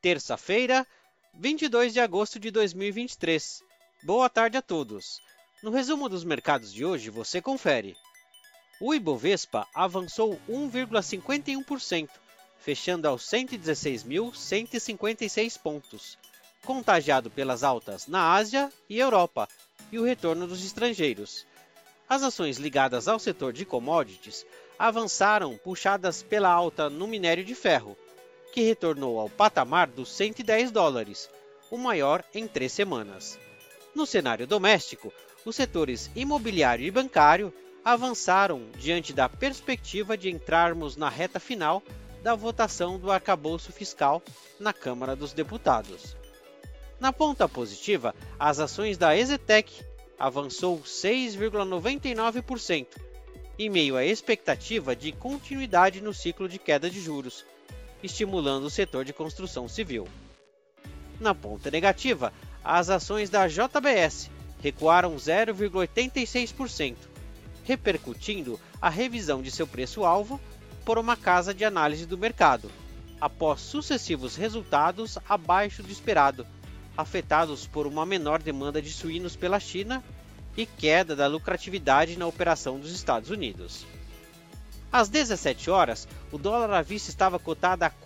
terça-feira, 22 de agosto de 2023. Boa tarde a todos. No resumo dos mercados de hoje, você confere. O Ibovespa avançou 1,51%, fechando aos 116.156 pontos, contagiado pelas altas na Ásia e Europa e o retorno dos estrangeiros. As ações ligadas ao setor de commodities avançaram puxadas pela alta no minério de ferro, que retornou ao patamar dos $110, o maior em 3 semanas. No cenário doméstico, os setores imobiliário e bancário avançaram diante da perspectiva de entrarmos na reta final da votação do arcabouço fiscal na Câmara dos Deputados. Na ponta positiva, as ações da EZTEC avançou 6,99%, em meio à expectativa de continuidade no ciclo de queda de juros, estimulando o setor de construção civil. Na ponta negativa, as ações da JBS recuaram 0,86%, repercutindo a revisão de seu preço-alvo por uma casa de análise do mercado, após sucessivos resultados abaixo do esperado, afetados por uma menor demanda de suínos pela China e queda da lucratividade na operação dos Estados Unidos. Às 17 horas, o dólar à vista estava cotado a R$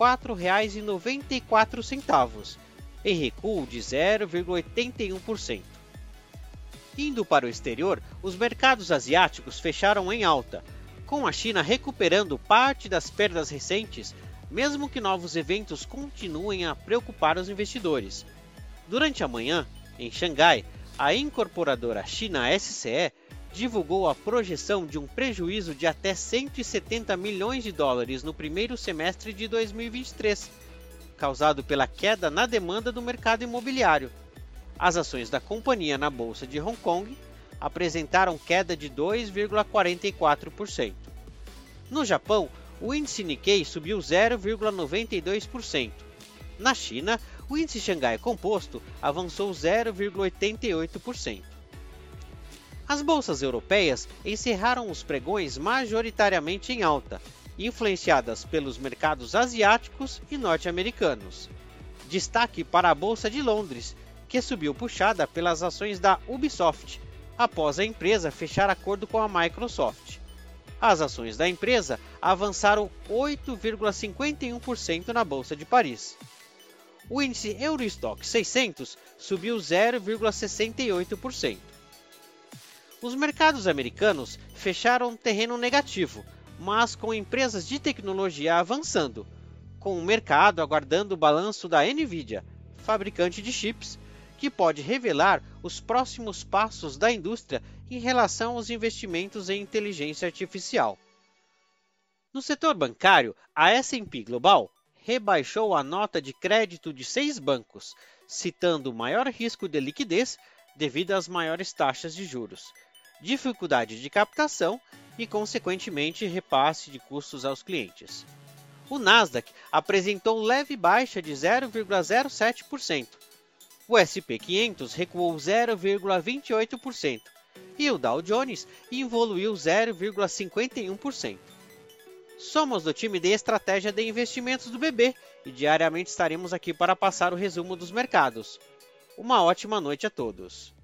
4,94, em recuo de 0,81%. Indo para o exterior, os mercados asiáticos fecharam em alta, com a China recuperando parte das perdas recentes, mesmo que novos eventos continuem a preocupar os investidores. Durante a manhã, em Xangai, a incorporadora China SCE divulgou a projeção de um prejuízo de até $170 milhões no primeiro semestre de 2023, causado pela queda na demanda do mercado imobiliário. As ações da companhia na Bolsa de Hong Kong apresentaram queda de 2,44%. No Japão, o índice Nikkei subiu 0,92%. Na China, o índice Xangai Composto avançou 0,88%. As bolsas europeias encerraram os pregões majoritariamente em alta, influenciadas pelos mercados asiáticos e norte-americanos. Destaque para a Bolsa de Londres, que subiu puxada pelas ações da Ubisoft, após a empresa fechar acordo com a Microsoft. As ações da empresa avançaram 8,51% na Bolsa de Paris. O índice Eurostoxx 600 subiu 0,68%. Os mercados americanos fecharam terreno negativo, mas com empresas de tecnologia avançando, com o mercado aguardando o balanço da Nvidia, fabricante de chips, que pode revelar os próximos passos da indústria em relação aos investimentos em inteligência artificial. No setor bancário, a S&P Global rebaixou a nota de crédito de 6 bancos, citando o maior risco de liquidez devido às maiores taxas de juros, dificuldade de captação e, consequentemente, repasse de custos aos clientes. O Nasdaq apresentou leve baixa de 0,07%. O S&P 500 recuou 0,28% e o Dow Jones evoluiu 0,51%. Somos do time de estratégia de investimentos do BB e diariamente estaremos aqui para passar o resumo dos mercados. Uma ótima noite a todos.